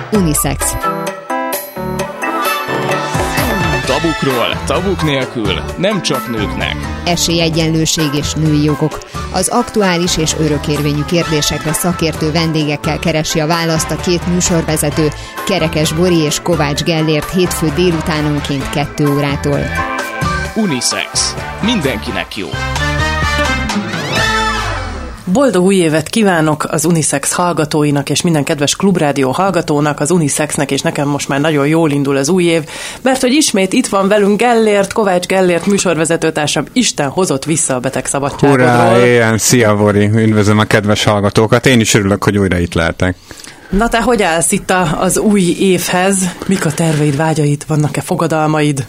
Unisex. Tabukról, tabuk nélkül, nem csak nőknek. Esélyegyenlőség és női jogok. Az aktuális és örökérvényű kérdésekre szakértő vendégekkel keresi a választ a két műsorvezető, Kerekes Bori és Kovács Gellért hétfő délutánonként 2 órától. Unisex. Mindenkinek jó. Boldog új évet kívánok az Unisex hallgatóinak és minden kedves klubrádió hallgatónak, az Unisexnek, és nekem most már nagyon jól indul az új év, mert hogy ismét itt van velünk Gellért, Kovács Gellért műsorvezetőtársam, Isten hozott vissza a betegszabadságodról. Hurrá, ilyen, szia Bori, üdvözlöm a kedves hallgatókat, én is örülök, hogy újra itt lehetek. Na te hogy állsz itt az új évhez? Mik a terveid, vágyaid, vannak-e fogadalmaid?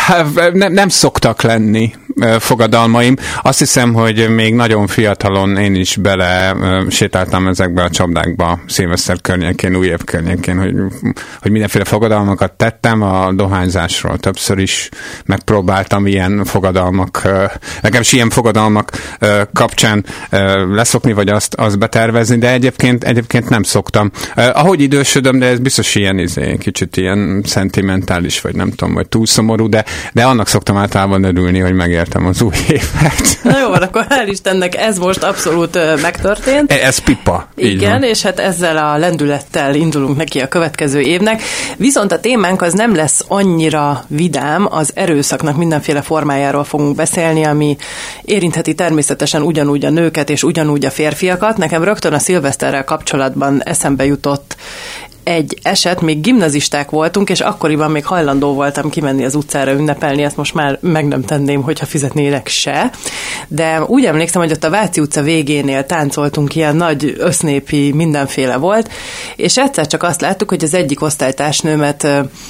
Nem szoktak lenni fogadalmaim. Azt hiszem, hogy még nagyon fiatalon én is bele sétáltam ezekbe a csapdákba szilveszter környékén, új év környékén, hogy mindenféle fogadalmakat tettem, a dohányzásról többször is megpróbáltam ilyen fogadalmak, legalábbis ilyen fogadalmak kapcsán leszokni, vagy azt betervezni, de egyébként nem szoktam. Ahogy idősödöm, de ez biztos ilyen kicsit ilyen szentimentális, vagy nem tudom, vagy túl szomorú, de annak szoktam általában örülni, hogy megértem az új évet. Na jó, akkor hál' Istennek ez most abszolút megtörtént. Ez pipa. Igen, és hát ezzel a lendülettel indulunk neki a következő évnek. Viszont a témánk az nem lesz annyira vidám, az erőszaknak mindenféle formájáról fogunk beszélni, ami érintheti természetesen ugyanúgy a nőket és ugyanúgy a férfiakat. Nekem rögtön a szilveszterrel kapcsolatban eszembe jutott egy eset, még gimnazisták voltunk, és akkoriban még hajlandó voltam kimenni az utcára ünnepelni, ezt most már meg nem tenném, hogyha fizetnének se. De úgy emlékszem, hogy ott a Váci utca végénél táncoltunk, ilyen nagy össznépi mindenféle volt, és egyszer csak azt láttuk, hogy az egyik osztálytársnőmet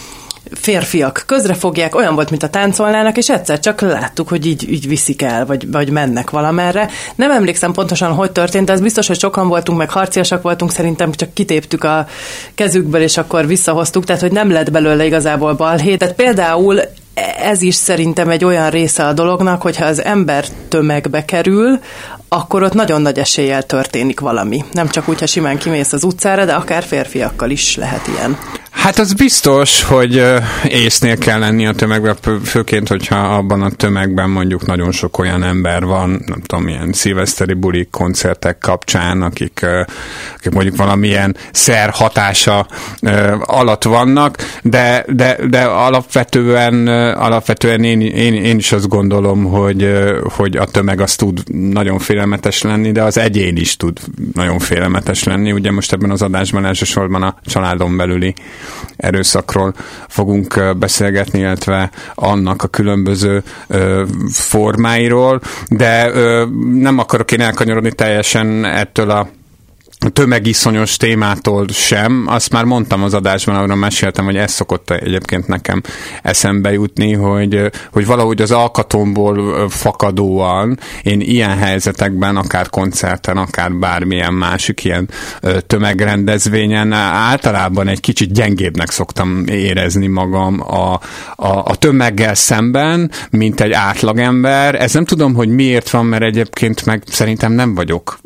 férfiak közrefogják, olyan volt, mint a táncolnának, és egyszer csak láttuk, hogy így viszik el, vagy mennek valamerre. Nem emlékszem pontosan, hogy történt, de ez biztos, hogy sokan voltunk, meg harciasak voltunk, szerintem csak kitéptük a kezükből, és akkor visszahoztuk, tehát hogy nem lett belőle igazából balhé. Tehát például ez is szerintem egy olyan része a dolognak, hogyha az ember tömegbe kerül, akkor ott nagyon nagy eséllyel történik valami. Nem csak úgy, ha simán kimész az utcára, de akár férfiakkal is lehet ilyen. Hát az biztos, hogy észnél kell lenni a tömegben, főként, hogyha abban a tömegben mondjuk nagyon sok olyan ember van, nem tudom, ilyen szilveszteri bulik, koncertek kapcsán, akik mondjuk valamilyen szer hatása alatt vannak, de alapvetően én is azt gondolom, hogy a tömeg az tud nagyon félelmetes lenni, de az egyén is tud nagyon félelmetes lenni. Ugye most ebben az adásban elsősorban a családon belüli erőszakról fogunk beszélgetni, illetve annak a különböző formáiról, de nem akarok én elkanyarodni teljesen ettől a tömegiszonyos témától sem. Azt már mondtam az adásban, ahol meséltem, hogy ez szokott egyébként nekem eszembe jutni, hogy valahogy az alkatomból fakadóan én ilyen helyzetekben, akár koncerten, akár bármilyen másik ilyen tömegrendezvényen általában egy kicsit gyengébbnek szoktam érezni magam a tömeggel szemben, mint egy átlagember. Ez nem tudom, hogy miért van, mert egyébként meg szerintem nem vagyok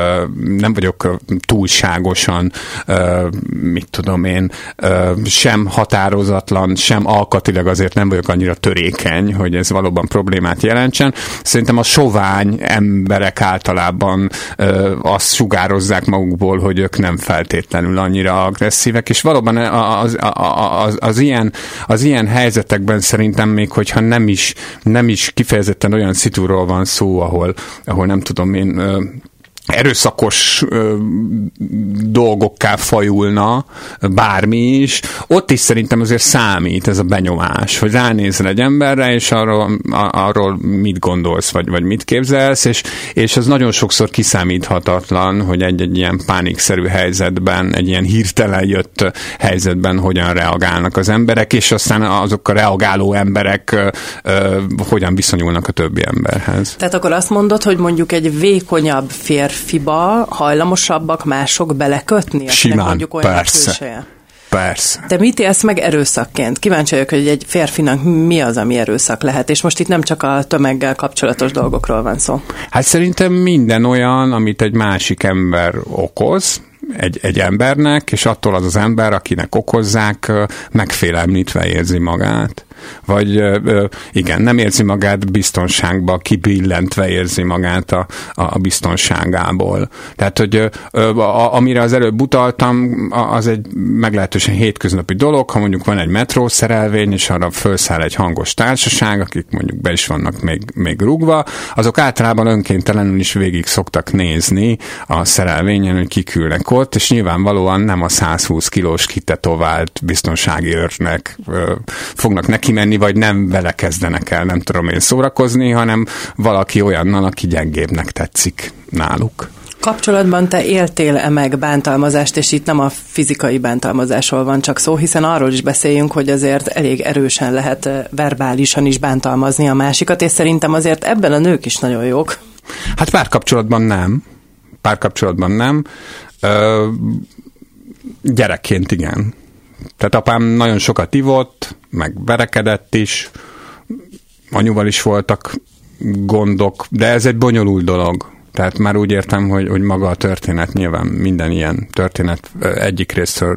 túlságosan, mit tudom én, sem határozatlan, sem alkatilag azért nem vagyok annyira törékeny, hogy ez valóban problémát jelentsen. Szerintem a sovány emberek általában azt sugározzák magukból, hogy ők nem feltétlenül annyira agresszívek, és valóban az ilyen helyzetekben szerintem még, hogyha nem is kifejezetten olyan szituról van szó, ahol nem tudom én, erőszakos dolgokká fajulna bármi is, ott is szerintem azért számít ez a benyomás, hogy ránézel egy emberre, és arról mit gondolsz, vagy mit képzelsz, és az nagyon sokszor kiszámíthatatlan, hogy egy ilyen pánikszerű helyzetben, egy ilyen hirtelen jött helyzetben hogyan reagálnak az emberek, és aztán azok a reagáló emberek hogyan viszonyulnak a többi emberhez. Tehát akkor azt mondod, hogy mondjuk egy vékonyabb férfiba hajlamosabbak mások belekötni? Simán, persze. Persze. De mit élsz meg erőszakként? Kíváncsi vagyok, hogy egy férfinak mi az, ami erőszak lehet, és most itt nem csak a tömeggel kapcsolatos dolgokról van szó. Hát szerintem minden olyan, amit egy másik ember okoz, egy embernek, és attól az ember, akinek okozzák, megfélemlítve érzi magát. Vagy igen, nem érzi magát biztonságba, kibillentve érzi magát a biztonságából. Tehát, hogy amire az előbb utaltam, az egy meglehetősen hétköznapi dolog, ha mondjuk van egy metrószerelvény, és arra felszáll egy hangos társaság, akik mondjuk be is vannak még rúgva, azok általában önkéntelenül is végig szoktak nézni a szerelvényen, hogy kik ülnek ott, és nyilvánvalóan nem a 120 kilós kitetovált biztonsági őrnek fognak neki menni, vagy nem vele kezdenek el, nem tudom én szórakozni, hanem valaki olyannal, aki gyengébbnek tetszik náluk. Kapcsolatban te éltél-e meg bántalmazást, és itt nem a fizikai bántalmazásról van csak szó, hiszen arról is beszéljünk, hogy azért elég erősen lehet verbálisan is bántalmazni a másikat, és szerintem azért ebben a nők is nagyon jók. Hát párkapcsolatban nem. Gyerekként igen. Tehát apám nagyon sokat ivott, meg verekedett is, anyuval is voltak gondok, de ez egy bonyolult dolog. Tehát már úgy értem, hogy maga a történet, nyilván minden ilyen történet egyik részről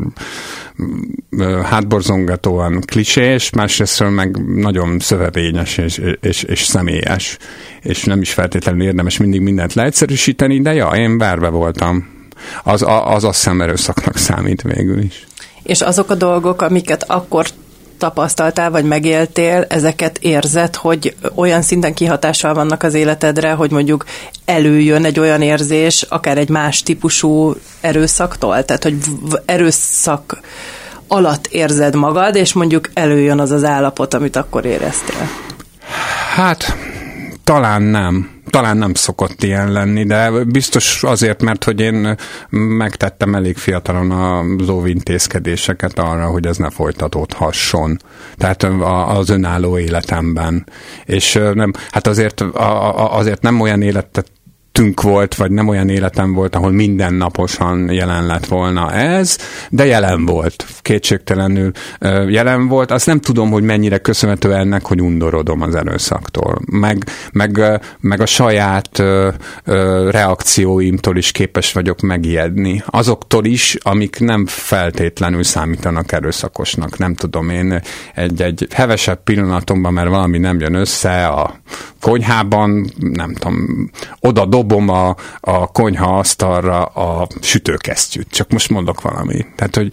hátborzongatóan klisés, másrészről meg nagyon szövevényes és személyes, és nem is feltétlenül érdemes mindig mindent leegyszerűsíteni, de ja, én verve voltam. Az azt hiszem erőszaknak számít végül is. És azok a dolgok, amiket akkor tapasztaltál, vagy megéltél, ezeket érzed, hogy olyan szinten kihatással vannak az életedre, hogy mondjuk előjön egy olyan érzés, akár egy más típusú erőszaktól? Tehát, hogy erőszak alatt érzed magad, és mondjuk előjön az az állapot, amit akkor éreztél? Hát, talán nem szokott ilyen lenni, de biztos azért, mert hogy én megtettem elég fiatalon az óvintézkedéseket arra, hogy ez ne folytatódhasson. Tehát az önálló életemben. És nem, hát azért nem olyan életet volt, vagy nem olyan életem volt, ahol mindennaposan jelen lett volna ez, de jelen volt. Kétségtelenül jelen volt. Azt nem tudom, hogy mennyire köszönhető ennek, hogy undorodom az erőszaktól. Meg a saját reakcióimtól is képes vagyok megijedni. Azoktól is, amik nem feltétlenül számítanak erőszakosnak. Nem tudom én, egy hevesebb pillanatomban, mert valami nem jön össze a konyhában, nem tudom, oda dobom a konyha asztalra a sütőkesztyűt. Csak most mondok valami. Tehát, hogy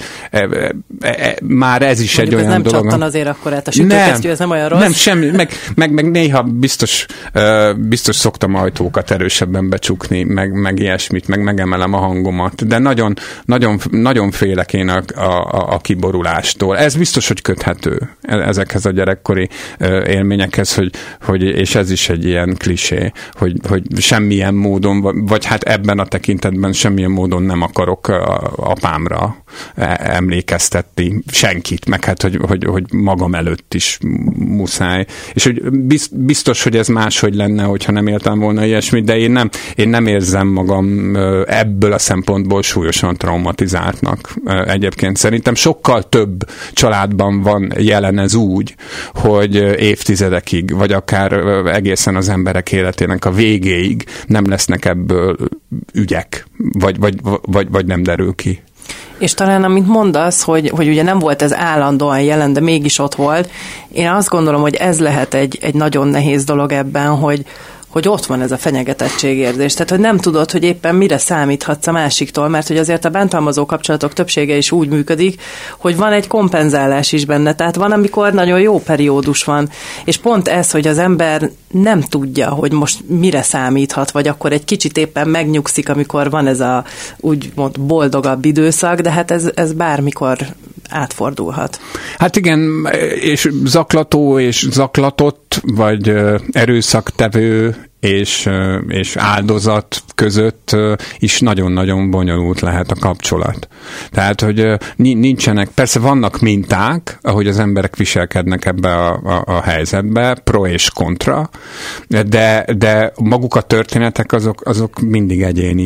már ez is mondjuk egy olyan dolog. Nem csattan azért akkor át a sütőkesztyű, ez nem olyan rossz? Nem, semmi. Meg néha biztos szoktam ajtókat erősebben becsukni, meg ilyesmit, meg megemelem a hangomat. De nagyon, nagyon, nagyon félek én a kiborulástól. Ez biztos, hogy köthető ezekhez a gyerekkori élményekhez, hogy és ez is egy ilyen klisé, hogy semmilyen módon, vagy hát ebben a tekintetben semmilyen módon nem akarok apámra emlékeztetni senkit, meg hát, hogy magam előtt is muszáj. És hogy biztos, hogy ez máshogy lenne, hogyha nem éltem volna ilyesmit, de én nem érzem magam ebből a szempontból súlyosan traumatizáltnak. Egyébként szerintem sokkal több családban van jelen ez úgy, hogy évtizedekig, vagy akár egészen az emberek életének a végéig nem lesznek ebből ügyek, vagy nem derül ki. És talán, amit mondasz, hogy ugye nem volt ez állandóan jelen, de mégis ott volt, én azt gondolom, hogy ez lehet egy nagyon nehéz dolog ebben, hogy ott van ez a fenyegetettségérzés. Tehát, hogy nem tudod, hogy éppen mire számíthatsz a másiktól, mert hogy azért a bántalmazó kapcsolatok többsége is úgy működik, hogy van egy kompenzálás is benne. Tehát van, amikor nagyon jó periódus van. És pont ez, hogy az ember nem tudja, hogy most mire számíthat, vagy akkor egy kicsit éppen megnyugszik, amikor van ez a úgymond boldogabb időszak, de hát ez bármikor átfordulhat. Hát igen, és zaklató és zaklatott, vagy erőszaktevő és áldozat között is nagyon-nagyon bonyolult lehet a kapcsolat. Tehát, hogy nincsenek, persze vannak minták, ahogy az emberek viselkednek ebbe a helyzetbe, pro és kontra, de maguk a történetek azok mindig egyéniek.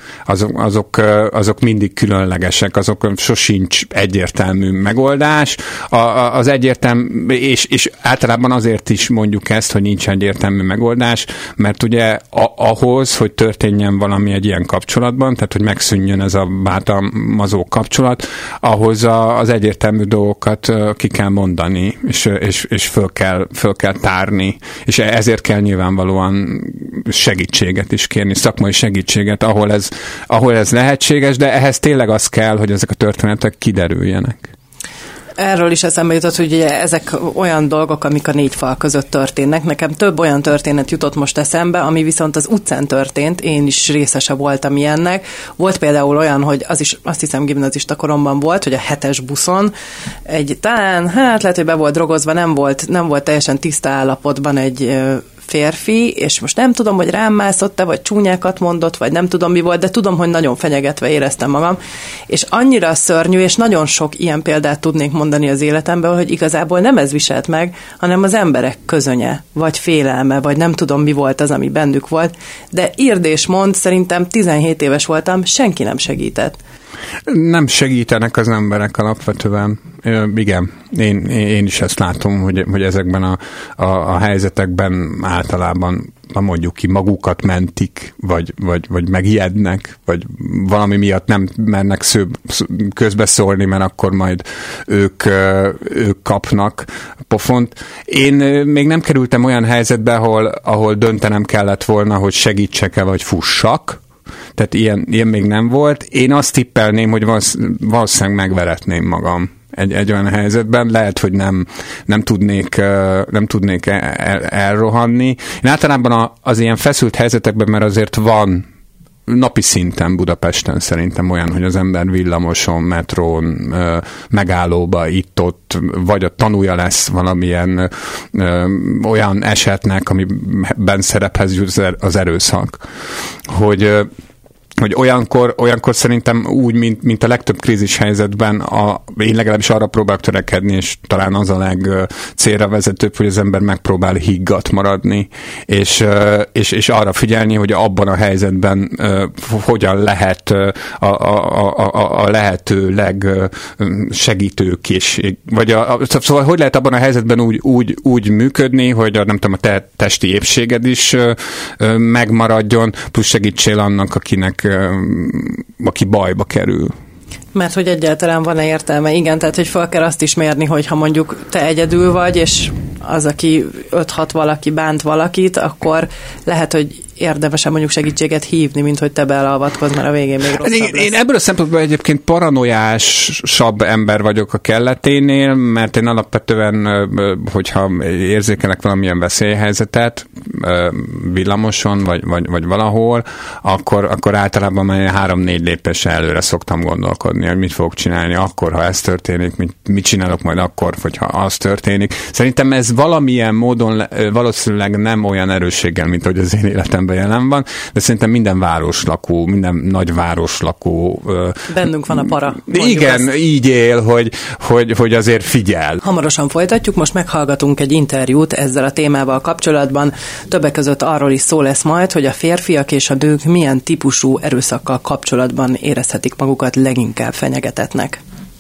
azok mindig különlegesek, azok sosincs egyértelmű megoldás. Az egyértelmű, és általában azért is mondjuk ezt, hogy nincs egyértelmű megoldás, mert ugye ahhoz, hogy történjen valami egy ilyen kapcsolatban, tehát hogy megszűnjön ez a bántalmazó kapcsolat, ahhoz az egyértelmű dolgokat ki kell mondani, és föl kell tárni, és ezért kell nyilvánvalóan segítséget is kérni, szakmai segítséget, ahol ez lehetséges, de ehhez tényleg az kell, hogy ezek a történetek kiderüljenek. Erről is eszembe jutott, hogy ugye ezek olyan dolgok, amik a négy fal között történnek. Nekem több olyan történet jutott most eszembe, ami viszont az utcán történt, én is részese voltam ilyennek. Volt például olyan, hogy azt hiszem gimnazista koromban volt, hogy a 7-es buszon talán lehet, hogy be volt drogozva, nem volt teljesen tiszta állapotban egy férfi, és most nem tudom, hogy rám mászott-e, vagy csúnyákat mondott, vagy nem tudom mi volt, de tudom, hogy nagyon fenyegetve éreztem magam, és annyira szörnyű, és nagyon sok ilyen példát tudnék mondani az életemből, hogy igazából nem ez viselt meg, hanem az emberek közönye, vagy félelme, vagy nem tudom mi volt az, ami bennük volt, de írd és mond, szerintem 17 éves voltam, senki nem segített. Nem segítenek az emberek alapvetően. Igen, én is ezt látom, hogy ezekben a helyzetekben általában mondjuk ki magukat mentik, vagy megijednek, vagy valami miatt nem mernek közbeszólni, mert akkor majd ők kapnak pofont. Én még nem kerültem olyan helyzetbe, ahol döntenem kellett volna, hogy segítsek-e, vagy fussak. Tehát ilyen még nem volt. Én azt tippelném, hogy valószínűleg megveretném magam egy olyan helyzetben. Lehet, hogy nem tudnék elrohanni. Én általában az ilyen feszült helyzetekben, mert azért van napi szinten Budapesten szerintem olyan, hogy az ember villamoson, metrón, megállóba, itt-ott, vagy a tanúja lesz valamilyen olyan esetnek, amiben szerephez jut az erőszak. Hogy olyankor szerintem úgy, mint a legtöbb krízis helyzetben, én legalábbis arra próbálok törekedni, és talán az a legcélra vezetőbb, hogy az ember megpróbál higgadt maradni, és arra figyelni, hogy abban a helyzetben hogyan lehet a lehető legsegítőkészség, vagy szóval hogy lehet abban a helyzetben úgy működni, hogy nem tudom, a te testi épséged is megmaradjon, plusz segítsél annak, aki bajba kerül. Mert hogy egyáltalán van-e értelme? Igen, tehát hogy fel kell azt is mérni, hogy ha mondjuk te egyedül vagy, és az, aki 5-6 valaki bánt valakit, akkor lehet, hogy érdemesen mondjuk segítséget hívni, mint hogy te beleavatkozz, mert a végén még rosszabb lesz. Én ebből a szempontból egyébként paranoiásabb ember vagyok a kelleténél, mert én alapvetően, hogyha érzékelek valamilyen veszélyhelyzetet, villamoson, vagy valahol, akkor általában már 3-4 lépésre előre szoktam gondolkodni, hogy mit fogok csinálni akkor, ha ez történik, mit csinálok majd akkor, hogyha az történik. Szerintem ez valamilyen módon valószínűleg nem olyan erősséggel, mint hogy az én életemben jelen van, de szerintem minden nagy városlakó bennünk van a para. Igen, ezt. Így él, hogy azért figyel. Hamarosan folytatjuk, most meghallgatunk egy interjút ezzel a témával kapcsolatban. Többek között arról is szó lesz majd, hogy a férfiak és a nők milyen típusú erőszakkal kapcsolatban érezhetik magukat leginkább fenyegetettnek.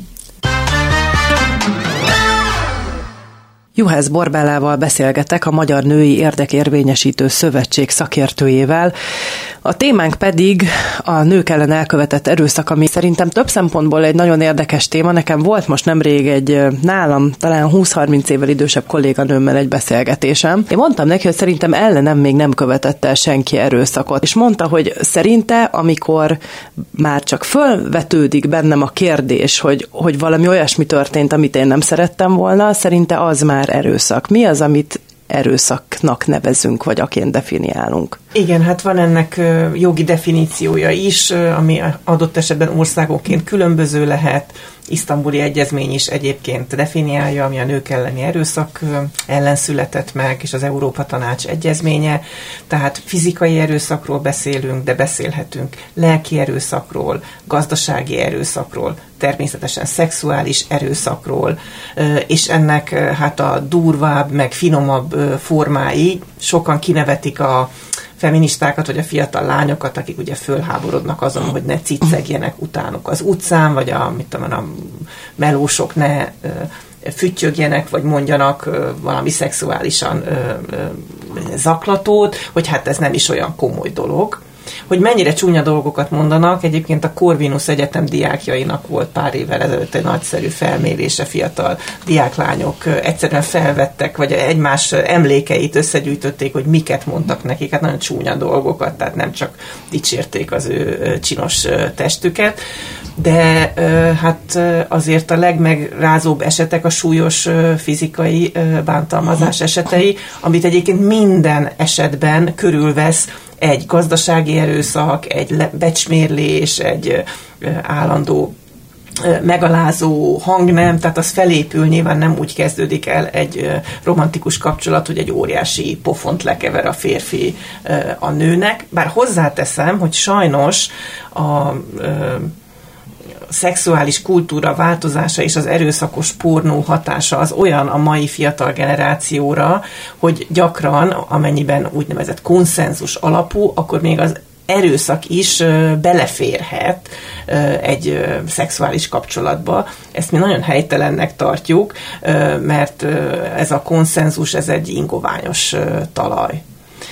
Juhász Borbálával beszélgetek, a Magyar Női Érdekérvényesítő Szövetség szakértőjével. A témánk pedig a nők ellen elkövetett erőszak, ami szerintem több szempontból egy nagyon érdekes téma. Nekem volt most nemrég egy nálam talán 20-30 évvel idősebb kolléganőmmel egy beszélgetésem. Én mondtam neki, hogy szerintem ellenem még nem követett el senki erőszakot. És mondta, hogy szerinte, amikor már csak fölvetődik bennem a kérdés, hogy valami olyasmi történt, amit én nem szerettem volna, szerinte az már erőszak. Mi az, amit erőszaknak nevezünk, vagy aként definiálunk? Igen, hát van ennek jogi definíciója is, ami adott esetben országonként különböző lehet. Isztambuli Egyezmény is egyébként definiálja, ami a nők elleni erőszak ellen született meg, és az Európa Tanács egyezménye. Tehát fizikai erőszakról beszélünk, de beszélhetünk lelki erőszakról, gazdasági erőszakról, természetesen szexuális erőszakról, és ennek hát a durvább, meg finomabb formái, sokan kinevetik a feministákat, vagy a fiatal lányokat, akik ugye fölháborodnak azon, hogy ne ciccegjenek utánuk az utcán, vagy a melósok ne füttyögjenek, vagy mondjanak valami szexuálisan zaklatót, hogy hát ez nem is olyan komoly dolog. Hogy mennyire csúnya dolgokat mondanak, egyébként a Corvinus Egyetem diákjainak volt pár évvel ezelőtt egy nagyszerű felmérése, fiatal diáklányok egyszerűen felvettek, vagy egymás emlékeit összegyűjtötték, hogy miket mondtak nekik, hát nagyon csúnya dolgokat, tehát nem csak dicsérték az ő csinos testüket, de hát azért a legmegrázóbb esetek a súlyos fizikai bántalmazás esetei, amit egyébként minden esetben körülvesz egy gazdasági erőszak, egy becsmérlés, egy állandó megalázó hangnem, tehát az felépül, nyilván nem úgy kezdődik el egy romantikus kapcsolat, hogy egy óriási pofont lekever a férfi a nőnek, bár hozzáteszem, hogy sajnos a szexuális kultúra változása és az erőszakos pornó hatása az olyan a mai fiatal generációra, hogy gyakran, amennyiben úgynevezett konszenzus alapú, akkor még az erőszak is beleférhet egy szexuális kapcsolatba. Ezt mi nagyon helytelennek tartjuk, mert ez a konszenzus, ez egy ingoványos talaj.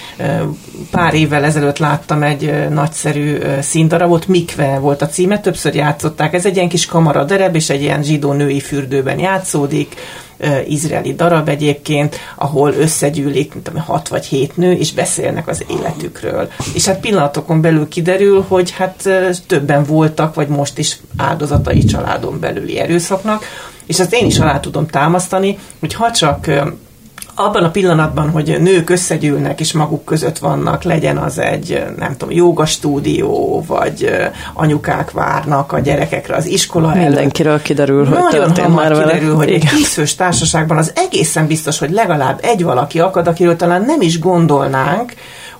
Pár évvel ezelőtt láttam egy nagyszerű színdarabot, Mikve volt a címe, többször játszották. Ez egy ilyen kis kamaradereb, és egy ilyen zsidó női fürdőben játszódik, izraeli darab egyébként, ahol összegyűlik 6 vagy 7 nő, és beszélnek az életükről. És hát pillanatokon belül kiderül, hogy hát többen voltak, vagy most is áldozatai családon belüli erőszaknak, és azt én is alá tudom támasztani, hogy ha csak abban a pillanatban, hogy nők összegyűlnek és maguk között vannak, legyen az egy, nem tudom, jogastúdió, vagy anyukák várnak a gyerekekre az iskola előtt. Mindenkiről kiderül, hogy nagyon hamar kiderül, hogy egy 10 fős társaságban az egészen biztos, hogy legalább egy valaki akad, akiről talán nem is gondolnánk,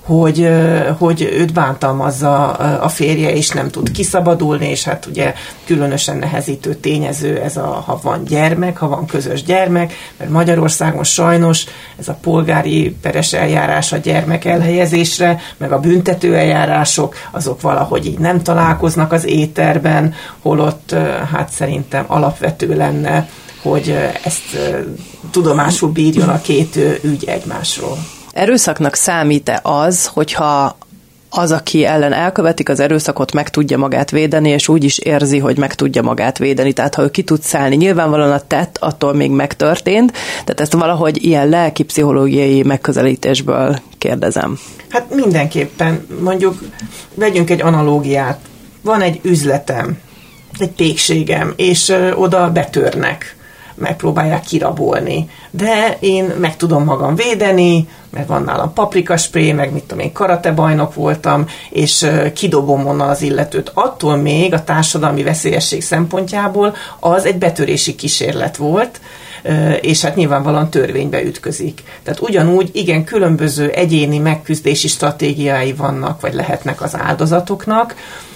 hogy őt bántalmazza a férje, és nem tud kiszabadulni, és hát ugye különösen nehezítő tényező ez ha van gyermek, ha van közös gyermek, mert Magyarországon sajnos ez a polgári peres eljárás a gyermek elhelyezésre, meg a büntető eljárások, azok valahogy így nem találkoznak az éterben, holott hát szerintem alapvető lenne, hogy ezt tudomásul bírjon a két ügy egymásról. Erőszaknak számít-e az, hogyha az, aki ellen elkövetik az erőszakot, meg tudja magát védeni, és úgy is érzi, hogy meg tudja magát védeni. Tehát ha ő ki tud szállni, nyilvánvalóan a tett attól még megtörtént, tehát ezt valahogy ilyen lelki-pszichológiai megközelítésből kérdezem. Hát mindenképpen, mondjuk vegyünk egy analógiát. Van egy üzletem, egy pékségem, és oda betörnek, megpróbálják kirabolni. De én meg tudom magam védeni, mert van nálam paprikaspré, meg mit tudom én, karatebajnok voltam, és kidobom onnan az illetőt. Attól még a társadalmi veszélyesség szempontjából az egy betörési kísérlet volt, és hát nyilvánvalóan törvénybe ütközik. Tehát ugyanúgy igen különböző egyéni megküzdési stratégiái vannak, vagy lehetnek az áldozatoknak,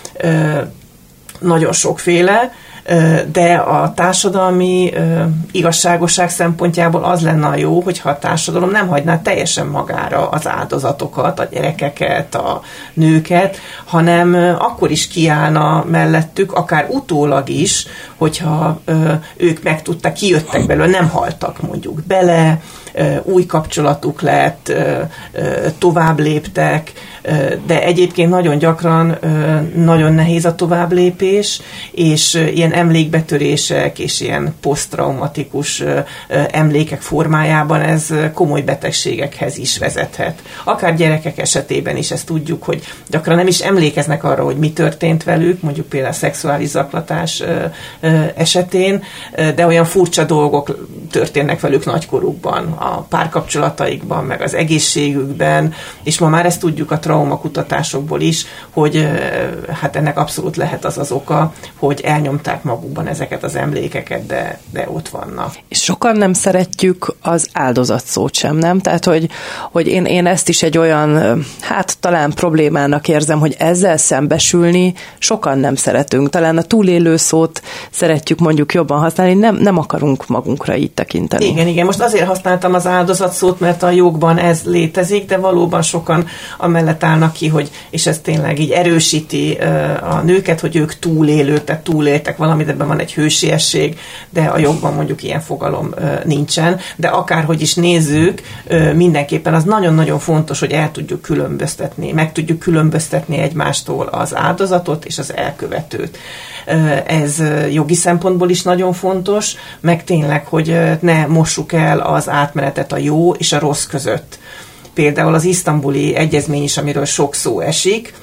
nagyon sokféle, de a társadalmi igazságosság szempontjából az lenne a jó, hogyha a társadalom nem hagyná teljesen magára az áldozatokat, a gyerekeket, a nőket, hanem akkor is kiállna mellettük, akár utólag is, hogyha ők megtudták, kijöttek belőle, nem haltak mondjuk bele, új kapcsolatuk lett, tovább léptek, de egyébként nagyon gyakran nagyon nehéz a továbblépés, és ilyen emlékbetörések és ilyen poszttraumatikus emlékek formájában ez komoly betegségekhez is vezethet. Akár gyerekek esetében is ezt tudjuk, hogy gyakran nem is emlékeznek arra, hogy mi történt velük, mondjuk például szexuális zaklatás esetén, de olyan furcsa dolgok történnek velük nagykorukban, a párkapcsolataikban, meg az egészségükben, és ma már ezt tudjuk a traumakutatásokból is, hogy hát ennek abszolút lehet az oka, hogy elnyomták magukban ezeket az emlékeket, de ott vannak. És sokan nem szeretjük az áldozat szót sem, nem? Tehát, hogy én ezt is egy olyan, hát talán problémának érzem, hogy ezzel szembesülni sokan nem szeretünk. Talán a túlélő szót szeretjük mondjuk jobban használni, nem akarunk magunkra így tekinteni. Igen, most azért használtam az áldozat szót, mert a jogban ez létezik, de valóban sokan amellett gondolat állnak ki, hogy, és ez tényleg így erősíti a nőket, hogy ők túlélők, tehát túléltek valamit, ebben van egy hősiesség, de a jogban mondjuk ilyen fogalom nincsen. De akárhogy is nézzük, mindenképpen az nagyon-nagyon fontos, hogy el tudjuk különböztetni, meg tudjuk különböztetni egymástól az áldozatot és az elkövetőt. Ez jogi szempontból is nagyon fontos, meg tényleg, hogy ne mossuk el az átmenetet a jó és a rossz között. Például az isztambuli egyezmény is, amiről sok szó esik,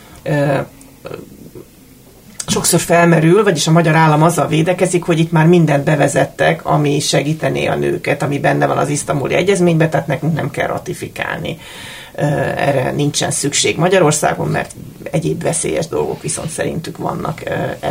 sokszor felmerül, vagyis a magyar állam azzal védekezik, hogy itt már mindent bevezettek, ami segítené a nőket, ami benne van az isztambuli egyezményben, tehát nekünk nem kell ratifikálni. Erre nincsen szükség Magyarországon, mert egyéb veszélyes dolgok viszont szerintük vannak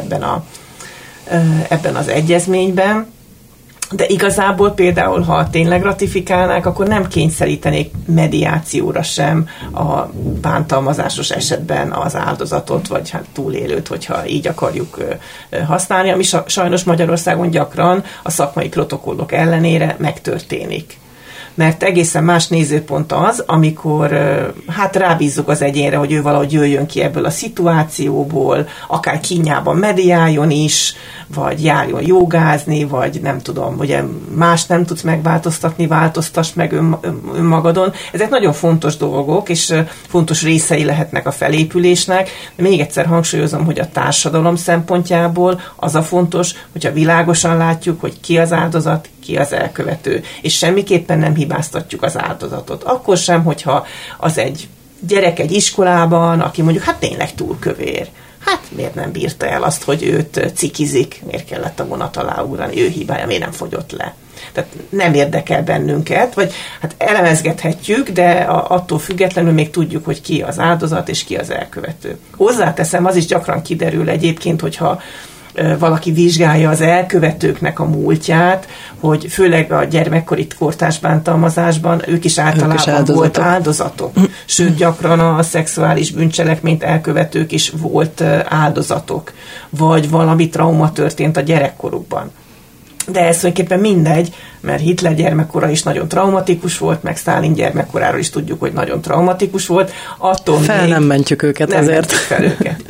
ebben az egyezményben. De igazából például, ha tényleg ratifikálnák, akkor nem kényszerítenék mediációra sem a bántalmazásos esetben az áldozatot, vagy hát túlélőt, hogyha így akarjuk használni, ami sajnos Magyarországon gyakran a szakmai protokollok ellenére megtörténik. Mert egészen más nézőpont az, amikor hát rábízzuk az egyénre, hogy ő valahogy jöjjön ki ebből a szituációból, akár kínjában mediáljon is, vagy járjon jogázni, vagy nem tudom, ugye más nem tudsz megváltoztatni, változtass meg önmagadon. Ezek nagyon fontos dolgok, és fontos részei lehetnek a felépülésnek. De még egyszer hangsúlyozom, hogy a társadalom szempontjából az a fontos, hogyha világosan látjuk, hogy ki az áldozat, ki az elkövető, és semmiképpen nem hibáztatjuk az áldozatot. Akkor sem, hogyha az egy gyerek egy iskolában, aki mondjuk hát tényleg túl kövér. Hát miért nem bírta el azt, hogy őt cikizik, miért kellett a vonat alá ugrani, ő hibája, miért nem fogyott le. Tehát nem érdekel bennünket, vagy hát elemezgethetjük, de attól függetlenül még tudjuk, hogy ki az áldozat és ki az elkövető. Hozzáteszem, az is gyakran kiderül egyébként, hogyha valaki vizsgálja az elkövetőknek a múltját, hogy főleg a gyermekkori kortárs bántalmazásban ők is általában volt áldozatok. Sőt, gyakran a szexuális bűncselekményt elkövetők is volt áldozatok. Vagy valami trauma történt a gyerekkorukban. De ez tulajdonképpen mindegy, mert Hitler gyermekkora is nagyon traumatikus volt, meg Sztálin gyermekkoráról is tudjuk, hogy nagyon traumatikus volt. Attól nem mentjük őket nem ezért. Fel őket,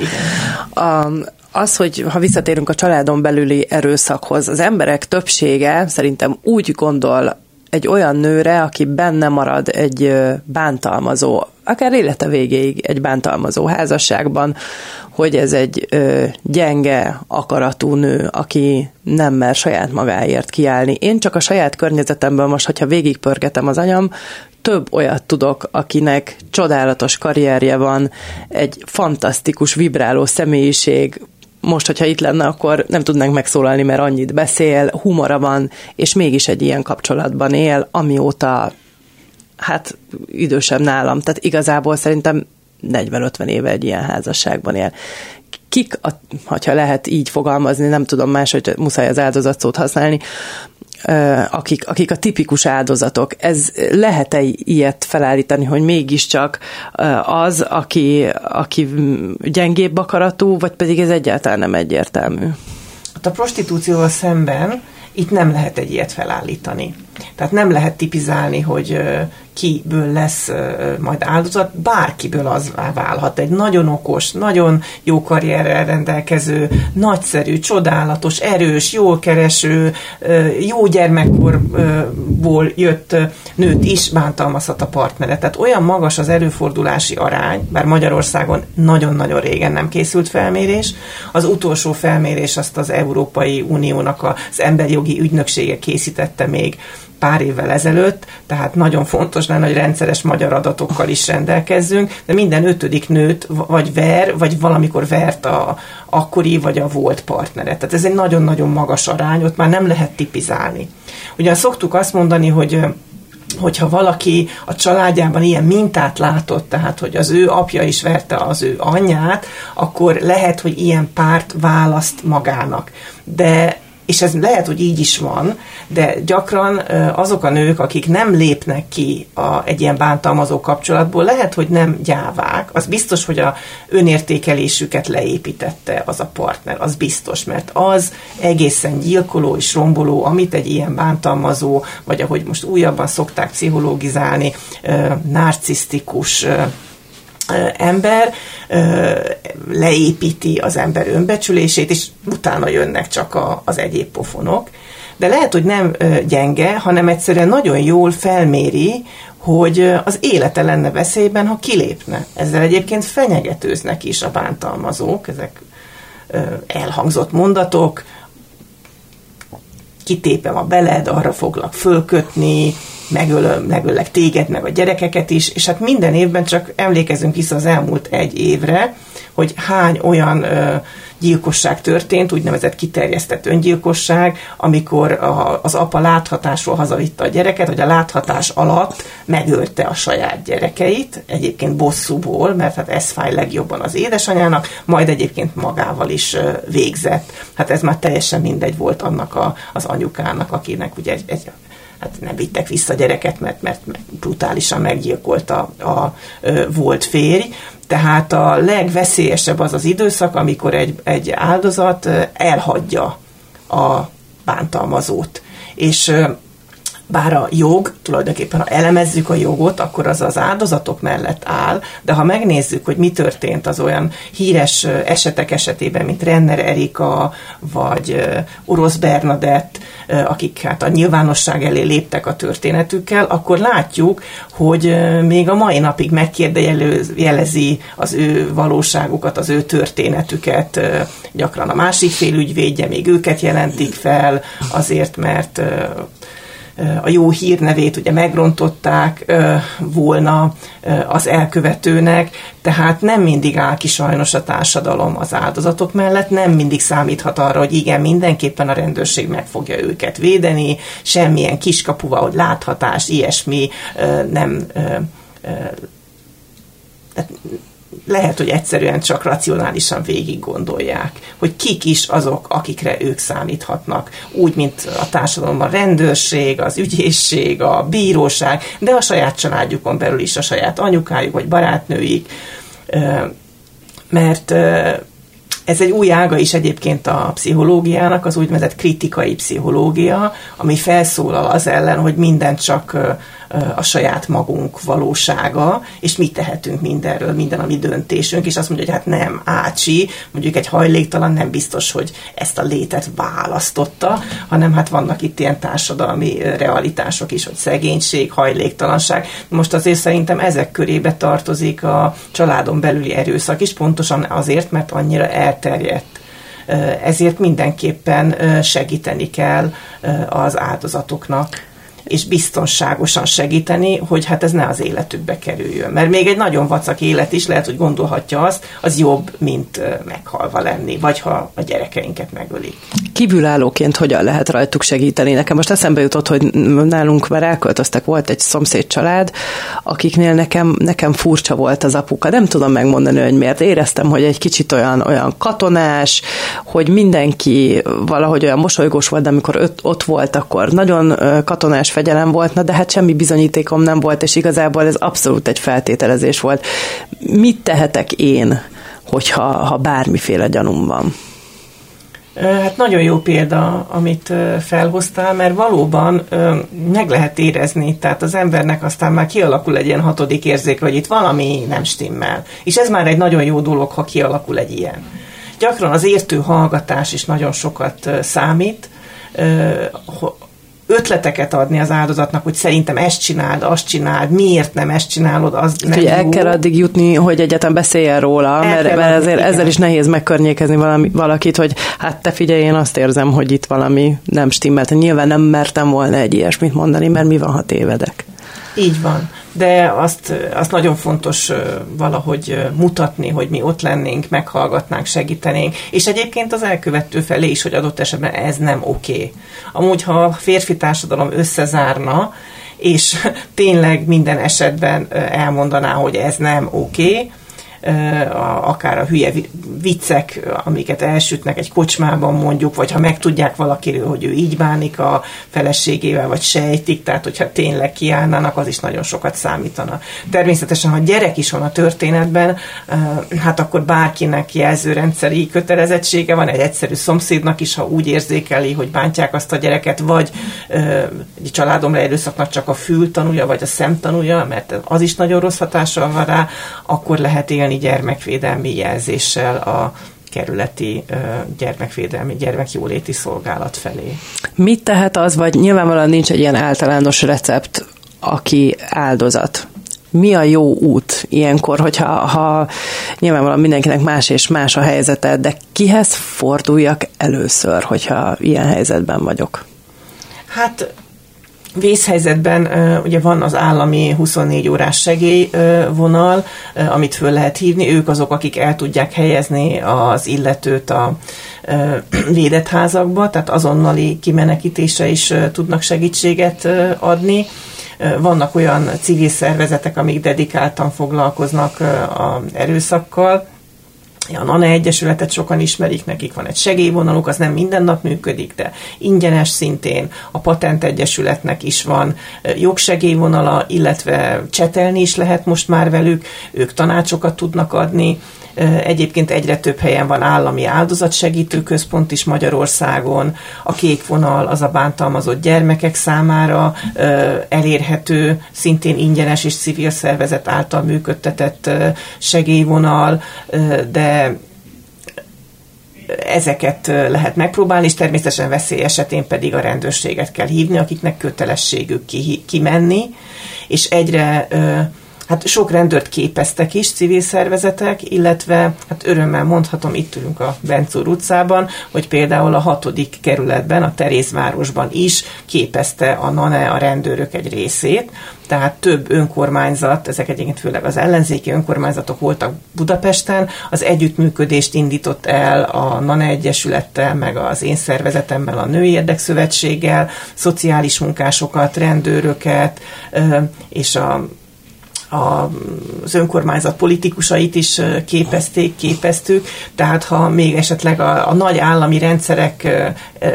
igen. Az, hogy ha visszatérünk a családon belüli erőszakhoz, az emberek többsége szerintem úgy gondol egy olyan nőre, aki benne marad egy bántalmazó, akár élete végéig egy bántalmazó házasságban, hogy ez egy gyenge, akaratú nő, aki nem mer saját magáért kiállni. Én csak a saját környezetemből most, hogyha végigpörgetem az anyam, több olyat tudok, akinek csodálatos karrierje van, egy fantasztikus, vibráló személyiség. Most, hogyha itt lenne, akkor nem tudnánk megszólalni, mert annyit beszél, humora van, és mégis egy ilyen kapcsolatban él, amióta hát idősebb nálam. Tehát igazából szerintem 40-50 éve egy ilyen házasságban él. Kik, ha lehet így fogalmazni, nem tudom máshogy, muszáj az áldozat szót használni, akik a tipikus áldozatok. Ez lehet-e ilyet felállítani, hogy mégiscsak az, aki gyengébb akaratú, vagy pedig ez egyáltalán nem egyértelmű? A prostitúcióval szemben itt nem lehet egy ilyet felállítani. Tehát nem lehet tipizálni, hogy kiből lesz majd áldozat, bárkiből az válhat. Egy nagyon okos, nagyon jó karrierrel rendelkező, nagyszerű, csodálatos, erős, jól kereső, jó gyermekkorból jött nőt is bántalmazhat a partnere. Tehát olyan magas az előfordulási arány, bár Magyarországon nagyon-nagyon régen nem készült felmérés. Az utolsó felmérés azt az Európai Uniónak az emberjogi ügynöksége készítette még pár évvel ezelőtt, tehát nagyon fontos lenne, hogy rendszeres magyar adatokkal is rendelkezzünk, de minden 5. nőt vagy ver, vagy valamikor vert a akkori, vagy a volt partnere. Tehát ez egy nagyon-nagyon magas arány, ott már nem lehet tipizálni. Ugyan szoktuk azt mondani, hogyha valaki a családjában ilyen mintát látott, tehát hogy az ő apja is verte az ő anyját, akkor lehet, hogy ilyen párt választ magának. És ez lehet, hogy így is van, de gyakran azok a nők, akik nem lépnek ki egy ilyen bántalmazó kapcsolatból, lehet, hogy nem gyávák. Az biztos, hogy a önértékelésüket leépítette az a partner, az biztos, mert az egészen gyilkoló és romboló, amit egy ilyen bántalmazó, vagy ahogy most újabban szokták pszichológizálni, narcisztikus ember, leépíti az ember önbecsülését, és utána jönnek csak az egyéb pofonok. De lehet, hogy nem gyenge, hanem egyszerűen nagyon jól felméri, hogy az élete lenne veszélyben, ha kilépne. Ezzel egyébként fenyegetőznek is a bántalmazók, ezek elhangzott mondatok, kitépem a beled, arra foglak fölkötni, megöllek téged, meg a gyerekeket is, és hát minden évben csak emlékezünk vissza az elmúlt egy évre, hogy hány olyan gyilkosság történt, úgynevezett kiterjesztett öngyilkosság, amikor az apa láthatásról hazavitte a gyereket, hogy a láthatás alatt megölte a saját gyerekeit, egyébként bosszúból, mert hát ez fáj legjobban az édesanyának, majd egyébként magával is végzett. Hát ez már teljesen mindegy volt annak az anyukának, akinek ugye hát nem vittek vissza gyereket, mert brutálisan meggyilkolta a volt férj. Tehát a legveszélyesebb az időszak, amikor egy áldozat elhagyja a bántalmazót. És bár a jog, tulajdonképpen ha elemezzük a jogot, akkor az áldozatok mellett áll, de ha megnézzük, hogy mi történt az olyan híres esetek esetében, mint Renner Erika, vagy Orosz Bernadett, akik hát a nyilvánosság elé léptek a történetükkel, akkor látjuk, hogy még a mai napig megkérdőjelezi az ő valóságukat, az ő történetüket. Gyakran a másik fél ügyvédje, még őket jelentik fel, azért, mert a jó hírnevét ugye megrontották volna az elkövetőnek, tehát nem mindig áll ki sajnos a társadalom az áldozatok mellett, nem mindig számíthat arra, hogy igen, mindenképpen a rendőrség meg fogja őket védeni, semmilyen kiskapuval, hogy láthatás, ilyesmi nem... lehet, hogy egyszerűen csak racionálisan végig gondolják, hogy kik is azok, akikre ők számíthatnak. Úgy, mint a társadalomban a rendőrség, az ügyészség, a bíróság, de a saját családjukon belül is a saját anyukájuk vagy barátnőik. Mert ez egy új ága is egyébként a pszichológiának, az úgynevezett kritikai pszichológia, ami felszólal az ellen, hogy mindent csak a saját magunk valósága, és mit tehetünk mindenről, minden a mi döntésünk, és azt mondja, hogy hát nem, ácsi, mondjuk egy hajléktalan nem biztos, hogy ezt a létet választotta, hanem hát vannak itt ilyen társadalmi realitások is, hogy szegénység, hajléktalanság. Most azért szerintem ezek körébe tartozik a családon belüli erőszak is, pontosan azért, mert annyira elterjedt. Ezért mindenképpen segíteni kell az áldozatoknak, és biztonságosan segíteni, hogy hát ez ne az életükbe kerüljön. Mert még egy nagyon vacak élet is, lehet, hogy gondolhatja azt, az jobb, mint meghalva lenni, vagy ha a gyerekeinket megölik. Kívülállóként hogyan lehet rajtuk segíteni? Nekem most eszembe jutott, hogy nálunk már elköltöztek, volt egy szomszéd család, akiknél nekem furcsa volt az apuka. Nem tudom megmondani, hogy miért. Éreztem, hogy egy kicsit olyan katonás, hogy mindenki valahogy olyan mosolygós volt, de amikor ott volt, akkor nagyon katonás fegyelem volt, de hát semmi bizonyítékom nem volt, és igazából ez abszolút egy feltételezés volt. Mit tehetek én, hogyha bármiféle gyanúm van? Hát nagyon jó példa, amit felhoztál, mert valóban meg lehet érezni, tehát az embernek aztán már kialakul egy ilyen hatodik érzék, hogy itt valami nem stimmel. És ez már egy nagyon jó dolog, ha kialakul egy ilyen. Gyakran az értő hallgatás is nagyon sokat számít, ötleteket adni az áldozatnak, hogy szerintem ezt csináld, azt csináld, miért nem ezt csinálod, az nem jó. El kell addig jutni, hogy egyáltalán beszéljen róla, mert azért ezzel is nehéz megkörnyékezni valakit, hogy hát te figyelj, én azt érzem, hogy itt valami nem stimmelt. Nyilván nem mertem volna egy ilyesmit mondani, mert mi van, ha tévedek. Így van. De azt nagyon fontos valahogy mutatni, hogy mi ott lennénk, meghallgatnánk, segítenénk, és egyébként az elkövető felé is, hogy adott esetben ez nem oké. Amúgy, ha a férfi társadalom összezárna, és tényleg minden esetben elmondaná, hogy ez nem oké, akár a hülye viccek, amiket elsütnek egy kocsmában mondjuk, vagy ha megtudják valakiről, hogy ő így bánik a feleségével, vagy sejtik, tehát hogyha tényleg kiállnának, az is nagyon sokat számítana. Természetesen, ha gyerek is van a történetben, hát akkor bárkinek jelzőrendszeri kötelezettsége van, egy egyszerű szomszédnak is, ha úgy érzékeli, hogy bántják azt a gyereket, vagy egy családomra erőszaknak csak a fül tanulja, vagy a szem tanulja, mert az is nagyon rossz hatással van rá, akkor lehet élni gyermekvédelmi jelzéssel a kerületi gyermekvédelmi, gyermekjóléti szolgálat felé. Mit tehet az, vagy nyilvánvalóan nincs egy ilyen általános recept, aki áldozat? Mi a jó út ilyenkor, hogyha nyilvánvalóan mindenkinek más és más a helyzete, de kihez forduljak először, hogyha ilyen helyzetben vagyok? Hát vészhelyzetben ugye van az állami 24 órás segélyvonal, amit föl lehet hívni. Ők azok, akik el tudják helyezni az illetőt a védett házakba, tehát azonnali kimenekítésre is tudnak segítséget adni. Vannak olyan civil szervezetek, amik dedikáltan foglalkoznak az erőszakkal. A NANE Egyesületet sokan ismerik, nekik van egy segélyvonaluk, az nem minden nap működik, de ingyenes szintén. A Patent Egyesületnek is van jogsegélyvonala, illetve csetelni is lehet most már velük, ők tanácsokat tudnak adni. Egyébként egyre több helyen van állami áldozatsegítő központ is Magyarországon. A Kék Vonal az a bántalmazott gyermekek számára elérhető, szintén ingyenes és civil szervezet által működtetett segélyvonal, de ezeket lehet megpróbálni, és természetesen veszély esetén pedig a rendőrséget kell hívni, akiknek kötelességük kimenni, és egyre hát sok rendőrt képeztek is civil szervezetek, illetve hát örömmel mondhatom, itt ülünk a Bencúr utcában, hogy például a 6. kerületben, a Terézvárosban is képezte a NANE a rendőrök egy részét, tehát több önkormányzat, ezek egyébként főleg az ellenzéki önkormányzatok voltak Budapesten, az együttműködést indított el a NANE Egyesülettel, meg az én szervezetemmel, a Női Érdekszövetséggel, szociális munkásokat, rendőröket, és az önkormányzat politikusait is képeztük, tehát ha még esetleg a nagy állami rendszereknél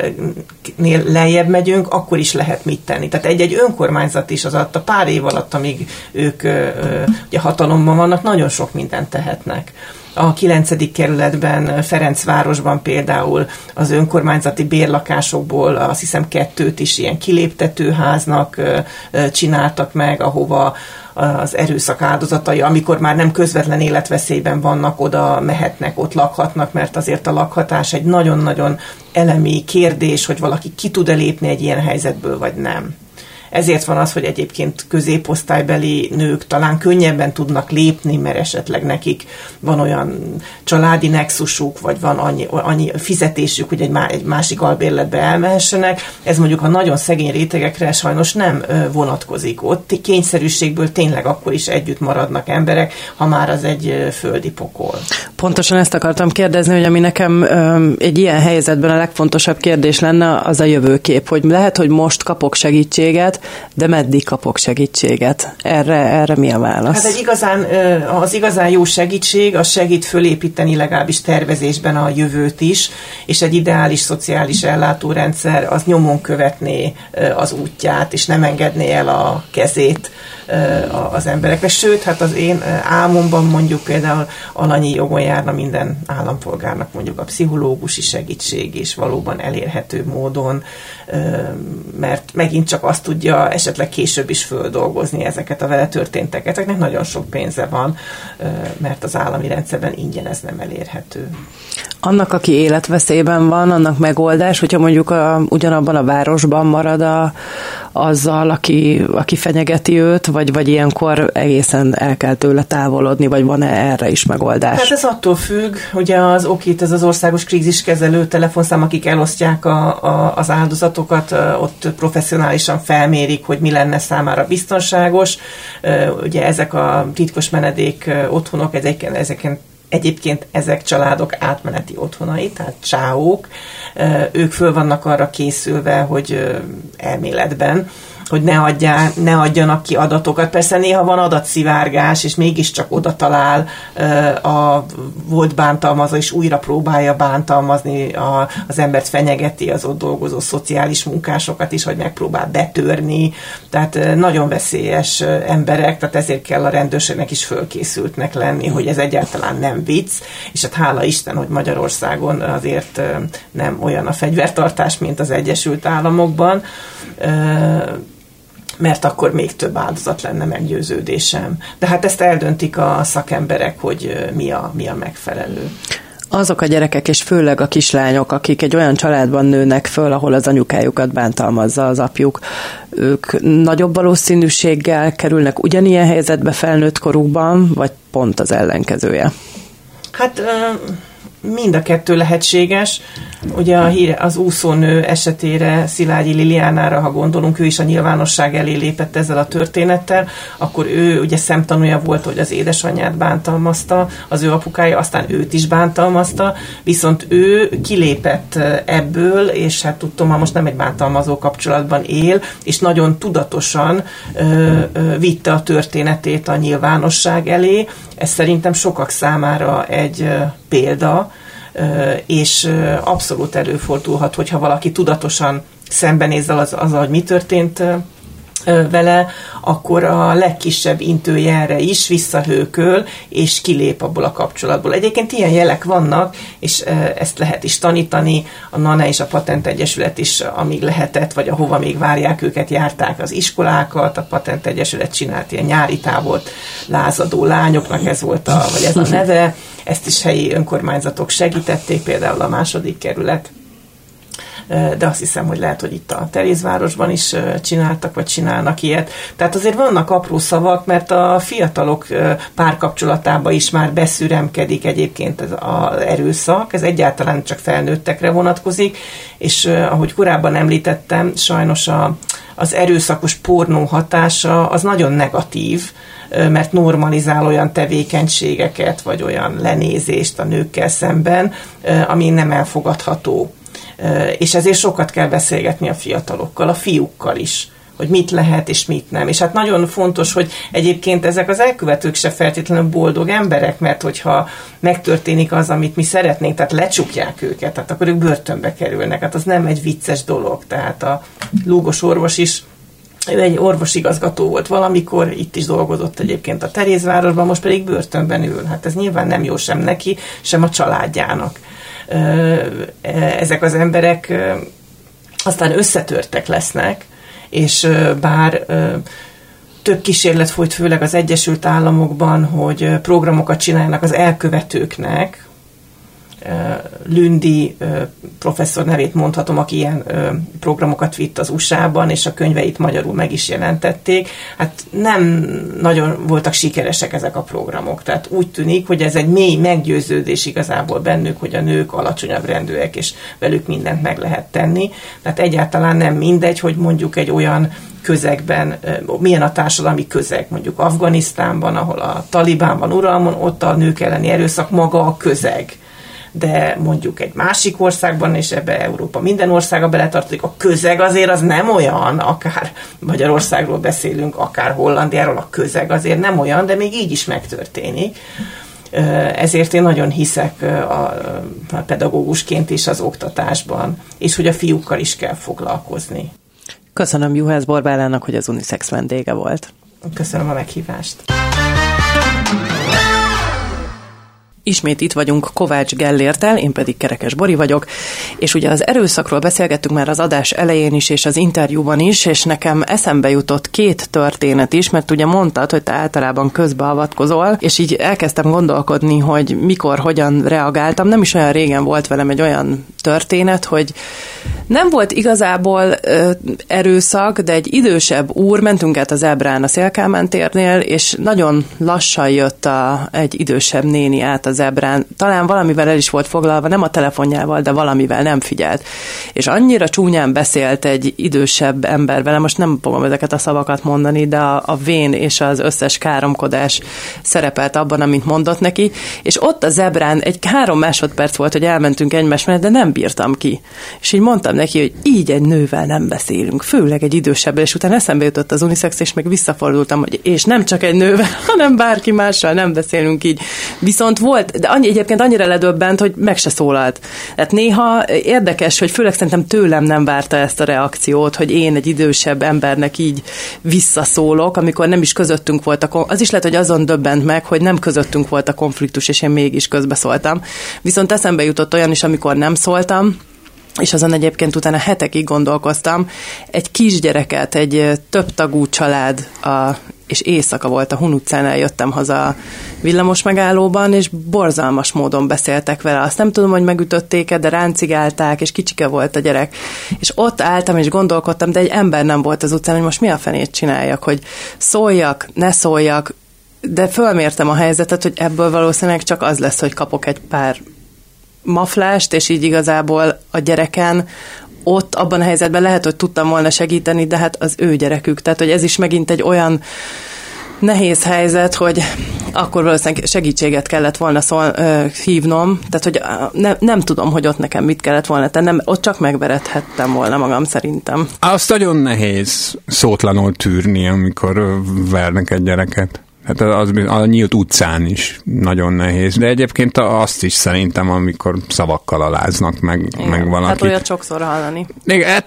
lejjebb megyünk, akkor is lehet mit tenni. Tehát egy önkormányzat is az alatt, a pár év alatt, amíg ők ugye hatalomban vannak, nagyon sok mindent tehetnek. A 9. kerületben, Ferencvárosban például az önkormányzati bérlakásokból azt hiszem 2 is ilyen kiléptetőháznak csináltak meg, ahova az erőszak áldozatai, amikor már nem közvetlen életveszélyben vannak, oda mehetnek, ott lakhatnak, mert azért a lakhatás egy nagyon-nagyon elemi kérdés, hogy valaki ki tud-e lépni egy ilyen helyzetből, vagy nem. Ezért van az, hogy egyébként középosztálybeli nők talán könnyebben tudnak lépni, mert esetleg nekik van olyan családi nexusuk, vagy van annyi fizetésük, hogy egy másik albérletbe elmehessenek. Ez mondjuk a nagyon szegény rétegekre sajnos nem vonatkozik. Ott kényszerűségből tényleg akkor is együtt maradnak emberek, ha már az egy földi pokol. Pontosan ezt akartam kérdezni, hogy ami nekem egy ilyen helyzetben a legfontosabb kérdés lenne, az a jövőkép, hogy lehet, hogy most kapok segítséget, de meddig kapok segítséget? Erre mi a válasz? Hát az igazán jó segítség, az segít fölépíteni legalábbis tervezésben a jövőt is, és egy ideális szociális ellátórendszer az nyomon követné az útját, és nem engedné el a kezét az emberekre. Sőt, hát az én álmomban mondjuk például alanyi jogon járna minden állampolgárnak mondjuk a pszichológusi segítség is valóban elérhető módon, mert megint csak azt tudja esetleg később is földolgozni ezeket a vele történteket. Ezeknek nagyon sok pénze van, mert az állami rendszerben ingyen ez nem elérhető. Annak, aki életveszélyben van, annak megoldás, hogyha mondjuk ugyanabban a városban marad azzal, aki fenyegeti őt, vagy ilyenkor egészen el kell tőle távolodni, vagy van-e erre is megoldás? Hát ez attól függ, ugye az OKIT, ez az országos kríziskezelő telefonszám, akik elosztják az áldozatokat, ott professzionálisan felmérik, hogy mi lenne számára biztonságos. Ugye ezek a titkos menedék otthonok, egyébként ezek családok átmeneti otthonai, tehát csáók, ők föl vannak arra készülve, hogy elméletben, hogy ne adjanak ki adatokat. Persze néha van adatszivárgás, és mégiscsak oda talál a volt bántalmazó, és újra próbálja bántalmazni, az embert fenyegeti, az ott dolgozó szociális munkásokat is, hogy megpróbál betörni. Tehát nagyon veszélyes emberek, tehát ezért kell a rendőrségnek is fölkészültnek lenni, hogy ez egyáltalán nem vicc, és hát hála Isten, hogy Magyarországon azért nem olyan a fegyvertartás, mint az Egyesült Államokban, mert akkor még több áldozat lenne, meggyőződésem. De hát ezt eldöntik a szakemberek, hogy mi a megfelelő. Azok a gyerekek, és főleg a kislányok, akik egy olyan családban nőnek föl, ahol az anyukájukat bántalmazza az apjuk, ők nagyobb valószínűséggel kerülnek ugyanilyen helyzetbe felnőtt korukban, vagy pont az ellenkezője? Hát mind a kettő lehetséges. Ugye az úszónő esetére, Szilágyi Liliánára, ha gondolunk, ő is a nyilvánosság elé lépett ezzel a történettel, akkor ő ugye szemtanúja volt, hogy az édesanyját bántalmazta, az ő apukája, aztán őt is bántalmazta, viszont ő kilépett ebből, és hát tudtom, ha most nem egy bántalmazó kapcsolatban él, és nagyon tudatosan vitte a történetét a nyilvánosság elé. Ez szerintem sokak számára egy példa, és abszolút előfordulhat, hogyha valaki tudatosan szembenéz azzal, hogy mi történt vele, akkor a legkisebb intőjelre is visszahőköl, és kilép abból a kapcsolatból. Egyébként ilyen jelek vannak, és ezt lehet is tanítani. A NANE és a Patent Egyesület is, amíg lehetett, vagy ahova még várják őket, járták az iskolákat, a Patent Egyesület csinált ilyen nyári tábort lázadó lányoknak, ez a neve. Ezt is helyi önkormányzatok segítették, például a 2. kerület. De azt hiszem, hogy lehet, hogy itt a Terézvárosban is csináltak, vagy csinálnak ilyet. Tehát azért vannak apró szavak, mert a fiatalok párkapcsolatában is már beszüremkedik egyébként ez az erőszak, ez egyáltalán csak felnőttekre vonatkozik, és ahogy korábban említettem, sajnos az erőszakos pornó hatása az nagyon negatív, mert normalizál olyan tevékenységeket, vagy olyan lenézést a nőkkel szemben, ami nem elfogadható. És ezért sokat kell beszélgetni a fiatalokkal, a fiúkkal is, hogy mit lehet és mit nem. És hát nagyon fontos, hogy egyébként ezek az elkövetők se feltétlenül boldog emberek, mert hogyha megtörténik az, amit mi szeretnénk, tehát lecsukják őket, tehát akkor ők börtönbe kerülnek. Hát az nem egy vicces dolog. Tehát a Lúgos orvos is, ő egy orvosigazgató volt valamikor, itt is dolgozott egyébként a Terézvárosban, most pedig börtönben ül. Hát ez nyilván nem jó sem neki, sem a családjának. Ezek az emberek aztán összetörtek lesznek, és bár több kísérlet folyt főleg az Egyesült Államokban, hogy programokat csinálnak az elkövetőknek, Lündi professzor nevét mondhatom, aki ilyen programokat vitt az USA-ban, és a könyveit magyarul meg is jelentették. Hát nem nagyon voltak sikeresek ezek a programok. Tehát úgy tűnik, hogy ez egy mély meggyőződés igazából bennük, hogy a nők alacsonyabb rendűek, és velük mindent meg lehet tenni. Tehát egyáltalán nem mindegy, hogy mondjuk egy olyan közegben, milyen a társadalmi közeg, mondjuk Afganisztánban, ahol a Talibán van uralmon, ott a nők elleni erőszak maga a közeg. De mondjuk egy másik országban, és ebbe Európa minden országa beletartozik, a közeg azért az nem olyan, akár Magyarországról beszélünk, akár Hollandiáról, a közeg azért nem olyan, de még így is megtörténik. Ezért én nagyon hiszek a pedagógusként is az oktatásban, és hogy a fiúkkal is kell foglalkozni. Köszönöm Juhász Borbálának, hogy az Unisex vendége volt. Köszönöm a meghívást. Ismét itt vagyunk Kovács Gellérttel, én pedig Kerekes Bori vagyok, és ugye az erőszakról beszélgettünk már az adás elején is, és az interjúban is, és nekem eszembe jutott 2 történet is, mert ugye mondtad, hogy te általában közbeavatkozol, és így elkezdtem gondolkodni, hogy mikor, hogyan reagáltam. Nem is olyan régen volt velem egy olyan történet, hogy nem volt igazából erőszak, de egy idősebb úr, mentünk át az Ebrán a Széll Kálmán térnél, és nagyon lassan jött egy idősebb néni át az zebrán. Talán valamivel el is volt foglalva, nem a telefonjával, de valamivel nem figyelt. És annyira csúnyán beszélt egy idősebb ember vele, most nem fogom ezeket a szavakat mondani, de a vén és az összes káromkodás szerepelt abban, amit mondott neki, és ott a zebrán egy 3 másodperc volt, hogy elmentünk egymás mellett, de nem bírtam ki. És így mondtam neki, hogy így egy nővel nem beszélünk, főleg egy idősebb, és utána eszembe jutott az unisex, és meg visszafordultam, hogy és nem csak egy nővel, hanem bárki mással nem beszélünk így. Viszont volt, de egyébként annyira ledöbbent, hogy meg se szólalt. Tehát néha érdekes, hogy főleg szerintem tőlem nem várta ezt a reakciót, hogy én egy idősebb embernek így visszaszólok, amikor nem is közöttünk volt az is lehet, hogy azon döbbent meg, hogy nem közöttünk volt a konfliktus, és én mégis közbeszóltam. Viszont eszembe jutott olyan is, amikor nem szóltam, és azon egyébként utána hetekig gondolkoztam, egy kisgyereket, egy több tagú család, és éjszaka volt, a Hun utcánál jöttem haza a villamos megállóban, és borzalmas módon beszéltek vele. Azt nem tudom, hogy megütötték-e, de ráncigálták, és kicsike volt a gyerek. És ott álltam, és gondolkodtam, de egy ember nem volt az utcán, hogy most mi a fenét csináljak, hogy szóljak, ne szóljak, de fölmértem a helyzetet, hogy ebből valószínűleg csak az lesz, hogy kapok egy pár maflást, és így igazából a gyereken ott, abban a helyzetben lehet, hogy tudtam volna segíteni, de hát az ő gyerekük. Tehát, hogy ez is megint egy olyan nehéz helyzet, hogy akkor valószínűleg segítséget kellett volna hívnom, tehát, hogy nem tudom, hogy ott nekem mit kellett volna tennem, ott csak megverethettem volna magam szerintem. Azt nagyon nehéz szótlanul tűrni, amikor vernek egy gyereket. Hát az a nyílt utcán is nagyon nehéz, de egyébként azt is szerintem, amikor szavakkal aláznak meg valakit. Hát olyat sokszor hallani. Hát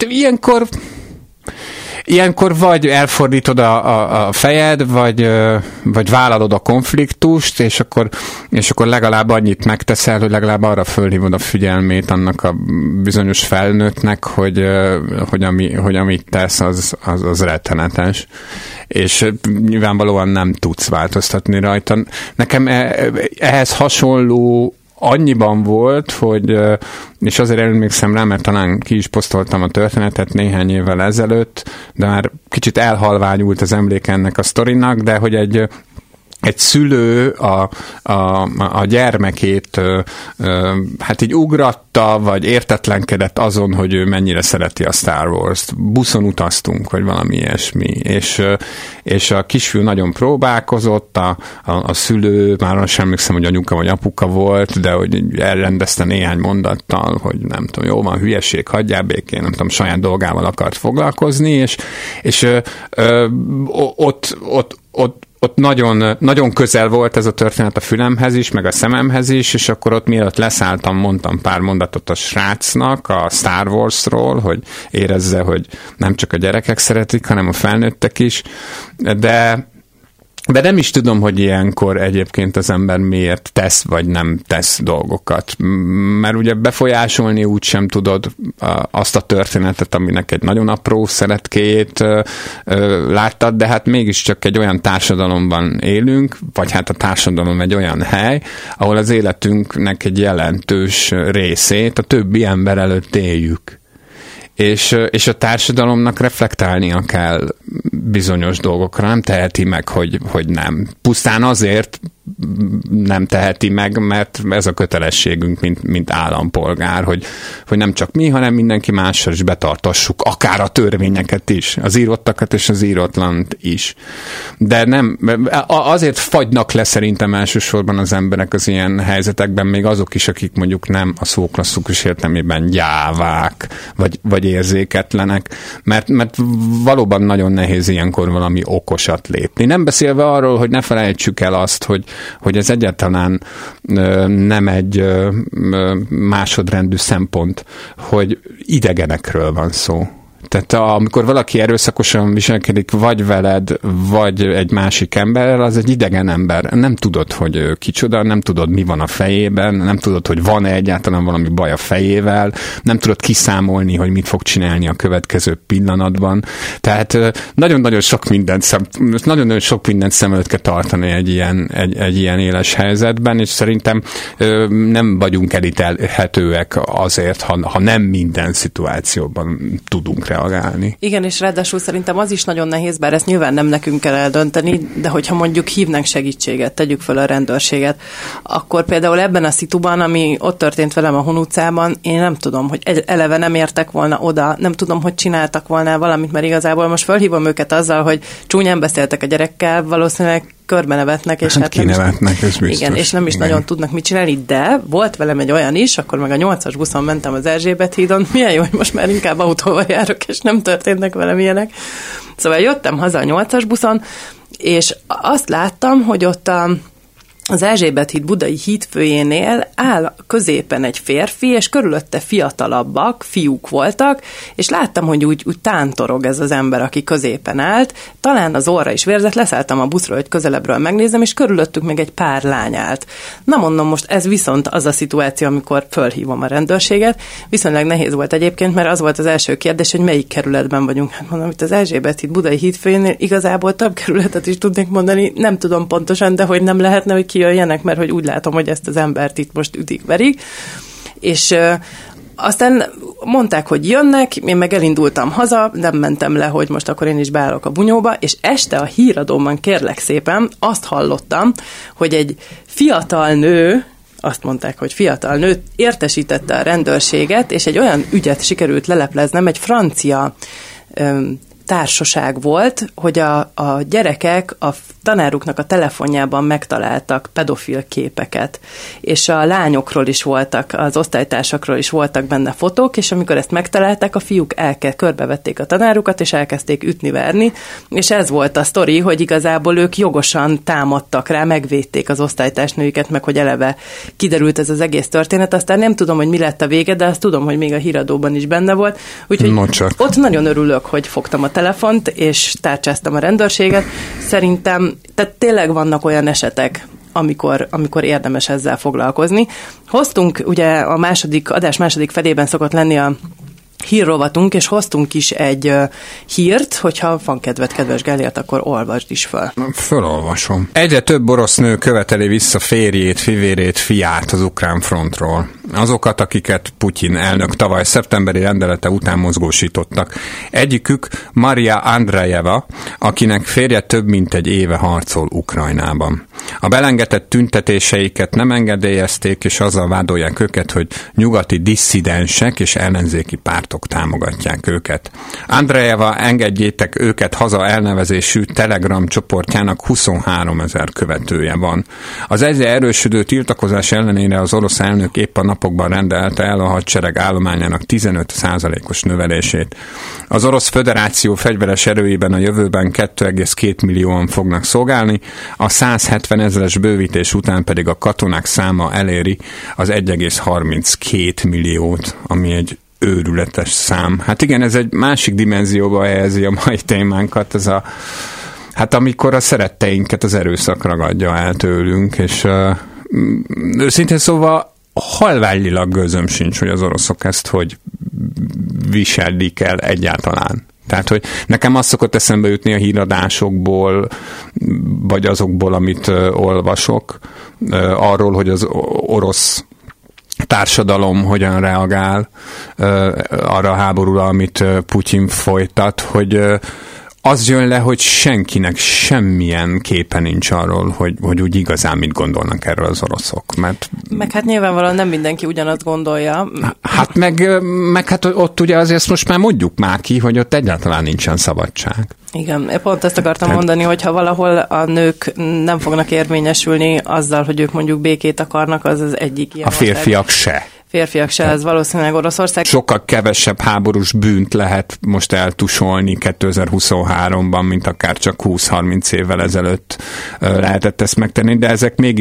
ilyenkor vagy elfordítod a fejed, vagy vállalod a konfliktust, és akkor legalább annyit megteszel, hogy legalább arra fölhívod a figyelmét annak a bizonyos felnőttnek, hogy amit tesz, az rettenetes. És nyilvánvalóan nem tudsz változtatni rajta. Nekem ehhez hasonló annyiban volt, hogy, és azért emlékszem rá, mert talán ki is posztoltam a történetet néhány évvel ezelőtt, de már kicsit elhalványult az emléke ennek a sztorinak, de hogy egy szülő a gyermekét hát így ugratta, vagy értetlenkedett azon, hogy ő mennyire szereti a Star Wars-t. Buszon utaztunk, vagy valami ilyesmi. És a kisfiú nagyon próbálkozott, a szülő, már sem emlékszem, hogy anyuka vagy apuka volt, de hogy elrendezte néhány mondattal, hogy nem tudom, jó van, hülyeség, hagyjál békén, nem tudom, saját dolgával akart foglalkozni, és ott nagyon, nagyon közel volt ez a történet a fülemhez is, meg a szememhez is, és akkor ott mielőtt leszálltam, mondtam pár mondatot a srácnak a Star Warsról, hogy érezze, hogy nem csak a gyerekek szeretik, hanem a felnőttek is, de nem is tudom, hogy ilyenkor egyébként az ember miért tesz, vagy nem tesz dolgokat. Mert ugye befolyásolni úgy sem tudod azt a történetet, aminek egy nagyon apró szeretkéjét láttad, de hát mégiscsak egy olyan társadalomban élünk, vagy hát a társadalom egy olyan hely, ahol az életünknek egy jelentős részét a többi ember előtt éljük. És a társadalomnak reflektálnia kell bizonyos dolgokra, nem teheti meg, hogy nem. Pusztán azért nem teheti meg, mert ez a kötelességünk, mint állampolgár, hogy nem csak mi, hanem mindenki mással is betartassuk, akár a törvényeket is, az írottakat és az íratlant is. De nem, azért fagynak le szerintem elsősorban az emberek az ilyen helyzetekben, még azok is, akik mondjuk nem a szó klasszikus értelmében gyávák, vagy érzéketlenek, mert valóban nagyon nehéz ilyenkor valami okosat lépni. Nem beszélve arról, hogy ne felejtsük el azt, hogy ez egyáltalán nem egy másodrendű szempont, hogy idegenekről van szó. Tehát amikor valaki erőszakosan viselkedik, vagy veled, vagy egy másik emberrel, az egy idegen ember. Nem tudod, hogy ő kicsoda, nem tudod, mi van a fejében, nem tudod, hogy van-e egyáltalán valami baj a fejével, nem tudod kiszámolni, hogy mit fog csinálni a következő pillanatban. Tehát nagyon-nagyon sok mindent szem előtt kell tartani egy ilyen éles helyzetben, és szerintem nem vagyunk elítélhetőek azért, ha nem minden szituációban tudunk reagálni. Igen, és ráadásul szerintem az is nagyon nehéz, bár ezt nyilván nem nekünk kell eldönteni, de hogyha mondjuk hívnánk segítséget, tegyük fel a rendőrséget, akkor például ebben a szituban, ami ott történt velem a Hun utcában, én nem tudom, hogy eleve nem értek volna oda, nem tudom, hogy csináltak volna valamit, mert igazából most felhívom őket azzal, hogy csúnyán beszéltek a gyerekkel, valószínűleg körbenevetnek, és hát kinevetnek, ez biztos. Igen, és nem is nagyon tudnak mit csinálni, de volt velem egy olyan is, akkor meg a 8-as buszon mentem az Erzsébet hídon, milyen jó, hogy most már inkább autóval járok, és nem történnek velem ilyenek. Szóval jöttem haza a 8-as buszon, és azt láttam, hogy ott az Erzsébet híd budai hídfőjénél áll középen egy férfi, és körülötte fiatalabbak, fiúk voltak, és láttam, hogy úgy tántorog ez az ember, aki középen állt, talán az orra is vérzett, leszálltam a buszról, hogy közelebbről megnézem, és körülöttük még egy pár lány állt. Na mondom, most ez viszont az a szituáció, amikor fölhívom a rendőrséget, viszonylag nehéz volt egyébként, mert az volt az első kérdés, hogy melyik kerületben vagyunk. Hát mondom, itt az Erzsébet híd budai hídfőjénél igazából több kerületet is tudnék mondani, nem tudom pontosan, de hogy nem lehetne, hogy jöjjenek, mert hogy úgy látom, hogy ezt az embert itt most ütik-verik. És aztán mondták, hogy jönnek, én meg elindultam haza, nem mentem le, hogy most akkor én is beállok a bunyóba, és este a híradóban, kérlek szépen, azt hallottam, hogy egy fiatal nő, azt mondták, hogy fiatal nő értesítette a rendőrséget, és egy olyan ügyet sikerült lelepleznem, egy francia társaság volt, hogy a gyerekek a tanáruknak a telefonjában megtaláltak pedofil képeket, és a lányokról is voltak, az osztálytársakról is voltak benne fotók, és amikor ezt megtalálták, a fiúk körbevették a tanárukat, és elkezdték ütni-verni, és ez volt a sztori, hogy igazából ők jogosan támadtak rá, megvédték az osztálytársnőiket, meg hogy eleve kiderült ez az egész történet, aztán nem tudom, hogy mi lett a vége, de azt tudom, hogy még a híradóban is benne volt, úgyhogy ott nagyon örülök, hogy fogtam a telefont, és tárcsáztam a rendőrséget. Szerintem, tehát tényleg vannak olyan esetek, amikor érdemes ezzel foglalkozni. Hoztunk, ugye a adás második felében szokott lenni a hírrovatunk, és hoztunk is egy hírt, hogyha van kedved, kedves Gellért, akkor olvasd is fel. Fölolvasom. Egyre több orosz nő követeli vissza férjét, fivérét, fiát az ukrán frontról. Azokat, akiket Putyin elnök tavaly szeptemberi rendelete után mozgósítottak. Egyikük Maria Andrejeva, akinek férje több mint egy éve harcol Ukrajnában. A belengetett tüntetéseiket nem engedélyezték, és azzal vádolják őket, hogy nyugati disszidensek és ellenzéki pártok támogatják őket. Andrejeva engedjétek őket haza elnevezésű Telegram csoportjának 23 000 követője van. Az egyre erősödő tiltakozás ellenére az orosz elnök épp a napokban rendelte el a hadsereg állományának 15%-os növelését. Az Orosz Föderáció fegyveres erőiben a jövőben 2,2 millióan fognak szolgálni, a 170 000-es bővítés után pedig a katonák száma eléri az 1,32 milliót, ami egy őrületes szám. Hát igen, ez egy másik dimenzióba helyezi a mai témánkat, hát amikor a szeretteinket az erőszak ragadja el tőlünk, és őszintén szóval halványilag gőzöm sincs, hogy az oroszok ezt hogy viselik el egyáltalán. Tehát, hogy nekem azt szokott eszembe jutni a híradásokból, vagy azokból, amit olvasok, arról, hogy az orosz társadalom hogyan reagál arra a háborúra, amit Putyin folytat, hogy az jön le, hogy senkinek semmilyen képe nincs arról, hogy úgy igazán mit gondolnak erről az oroszok. Meg hát nyilvánvalóan nem mindenki ugyanazt gondolja. Hát meg hát ott ugye azért most már mondjuk már ki, hogy ott egyáltalán nincsen szabadság. Igen, pont ezt akartam mondani, hogy ha valahol a nők nem fognak érvényesülni azzal, hogy ők mondjuk békét akarnak, az az egyik ilyen. A férfiak se. Férfiak se, ez valószínűleg Oroszország. Sokkal kevesebb háborús bűnt lehet most eltusolni 2023-ban, mint akár csak 20-30 évvel ezelőtt lehetett ezt megtenni, de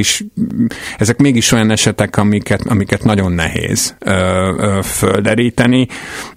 ezek mégis olyan esetek, amiket nagyon nehéz földeríteni.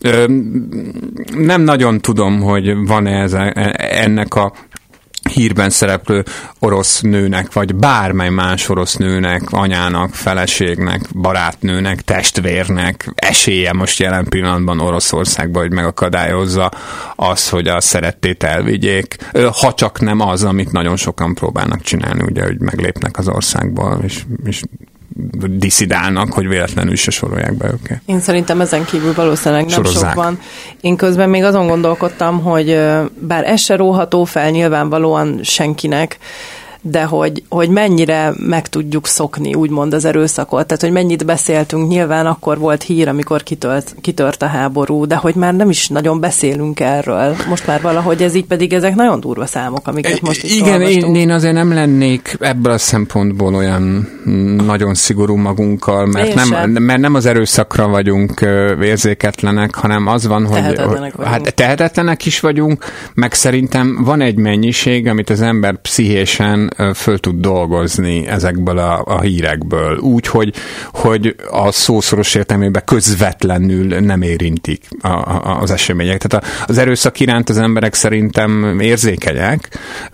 Nem nagyon tudom, hogy van-e ennek a hírben szereplő orosz nőnek, vagy bármely más orosz nőnek, anyának, feleségnek, barátnőnek, testvérnek esélye most jelen pillanatban Oroszországban, hogy megakadályozza az, hogy a szerettét elvigyék, ha csak nem az, amit nagyon sokan próbálnak csinálni, ugye, hogy meglépnek az országból, és diszidálnak, hogy véletlenül se sorolják be őket. Én szerintem ezen kívül valószínűleg nem sok van. Én közben még azon gondolkodtam, hogy bár ez se róható fel nyilvánvalóan senkinek, de hogy mennyire meg tudjuk szokni, úgymond az erőszakot. Tehát, hogy mennyit beszéltünk, nyilván akkor volt hír, amikor kitört a háború, de hogy már nem is nagyon beszélünk erről. Most már valahogy ez így, pedig ezek nagyon durva számok, amiket most is igen, én azért nem lennék ebből a szempontból olyan nagyon szigorú magunkkal, mert nem az erőszakra vagyunk érzéketlenek, hanem az van, hogy tehetetlenek is vagyunk, meg szerintem van egy mennyiség, amit az ember pszichésen föl tud dolgozni ezekből a hírekből. Úgy, hogy a szószoros értelmében közvetlenül nem érintik az események. Tehát az erőszak iránt az emberek szerintem érzékenyek.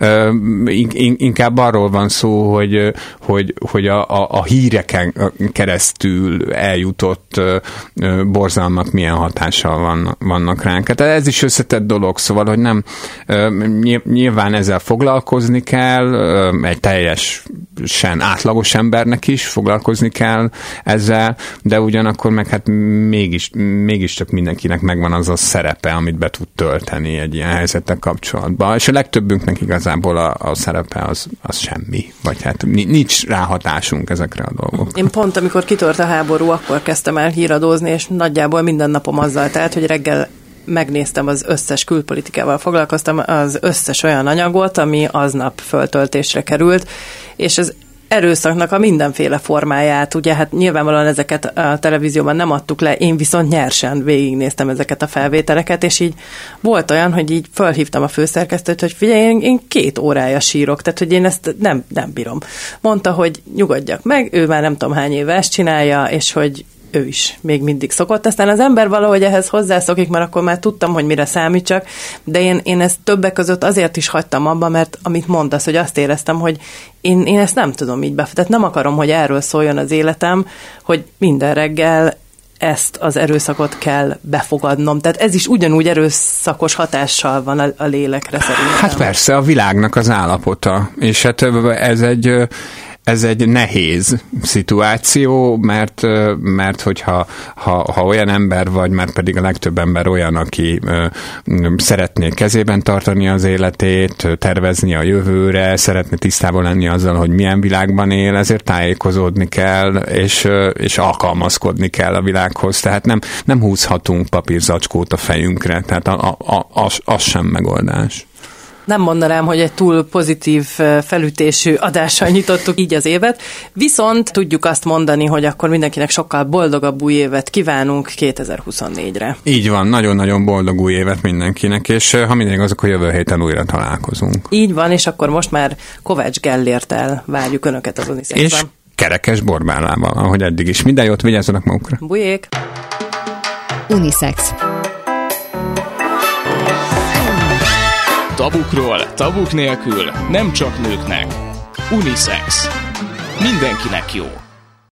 Inkább arról van szó, hogy a híreken keresztül eljutott borzalmak milyen hatással vannak ránk. Tehát ez is összetett dolog, szóval, hogy nem nyilván ezzel foglalkozni kell, egy teljesen átlagos embernek is foglalkozni kell ezzel, de ugyanakkor meg hát mégiscsak mindenkinek megvan az a szerepe, amit be tud tölteni egy ilyen helyzettel kapcsolatban. És a legtöbbünknek igazából a szerepe az semmi, vagy hát nincs ráhatásunk ezekre a dolgokra. Én pont, amikor kitört a háború, akkor kezdtem el híradózni, és nagyjából minden napom azzal telt, hogy reggel megnéztem az összes külpolitikával, foglalkoztam az összes olyan anyagot, ami aznap föltöltésre került, és az erőszaknak a mindenféle formáját, ugye hát nyilvánvalóan ezeket a televízióban nem adtuk le, én viszont nyersen végignéztem ezeket a felvételeket, és így volt olyan, hogy így fölhívtam a főszerkesztőt, hogy figyelj, én 2 órája sírok, tehát hogy én ezt nem bírom. Mondta, hogy nyugodjak meg, ő már nem tudom hány éve ezt csinálja, és hogy ő is még mindig szokott. Aztán az ember valahogy ehhez hozzászokik, mert akkor már tudtam, hogy mire számítsak, de én ezt többek között azért is hagytam abba, mert amit mondasz, hogy azt éreztem, hogy én ezt nem tudom így tehát nem akarom, hogy erről szóljon az életem, hogy minden reggel ezt az erőszakot kell befogadnom. Tehát ez is ugyanúgy erőszakos hatással van a lélekre szerintem. Hát persze, a világnak az állapota. És hát ez egy nehéz szituáció, mert hogyha olyan ember vagy, mert pedig a legtöbb ember olyan, aki szeretné kezében tartani az életét, tervezni a jövőre, szeretne tisztában lenni azzal, hogy milyen világban él, ezért tájékozódni kell, és alkalmazkodni kell a világhoz. Tehát nem húzhatunk papírzacskót a fejünkre, tehát az sem megoldás. Nem mondanám, hogy egy túl pozitív felütésű adással nyitottuk így az évet, viszont tudjuk azt mondani, hogy akkor mindenkinek sokkal boldogabb új évet kívánunk 2024-re. Így van, nagyon-nagyon boldog új évet mindenkinek, és ha minden igaz, akkor jövő héten újra találkozunk. Így van, és akkor most már Kovács Gellérttel várjuk Önöket az Unisexben. És Kerekes Borbálával, ahogy eddig is. Minden jót, vigyázzanak magukra. Bujék! Unisex. Tabukról, tabuk nélkül, nem csak nőknek. Unisex. Mindenkinek jó.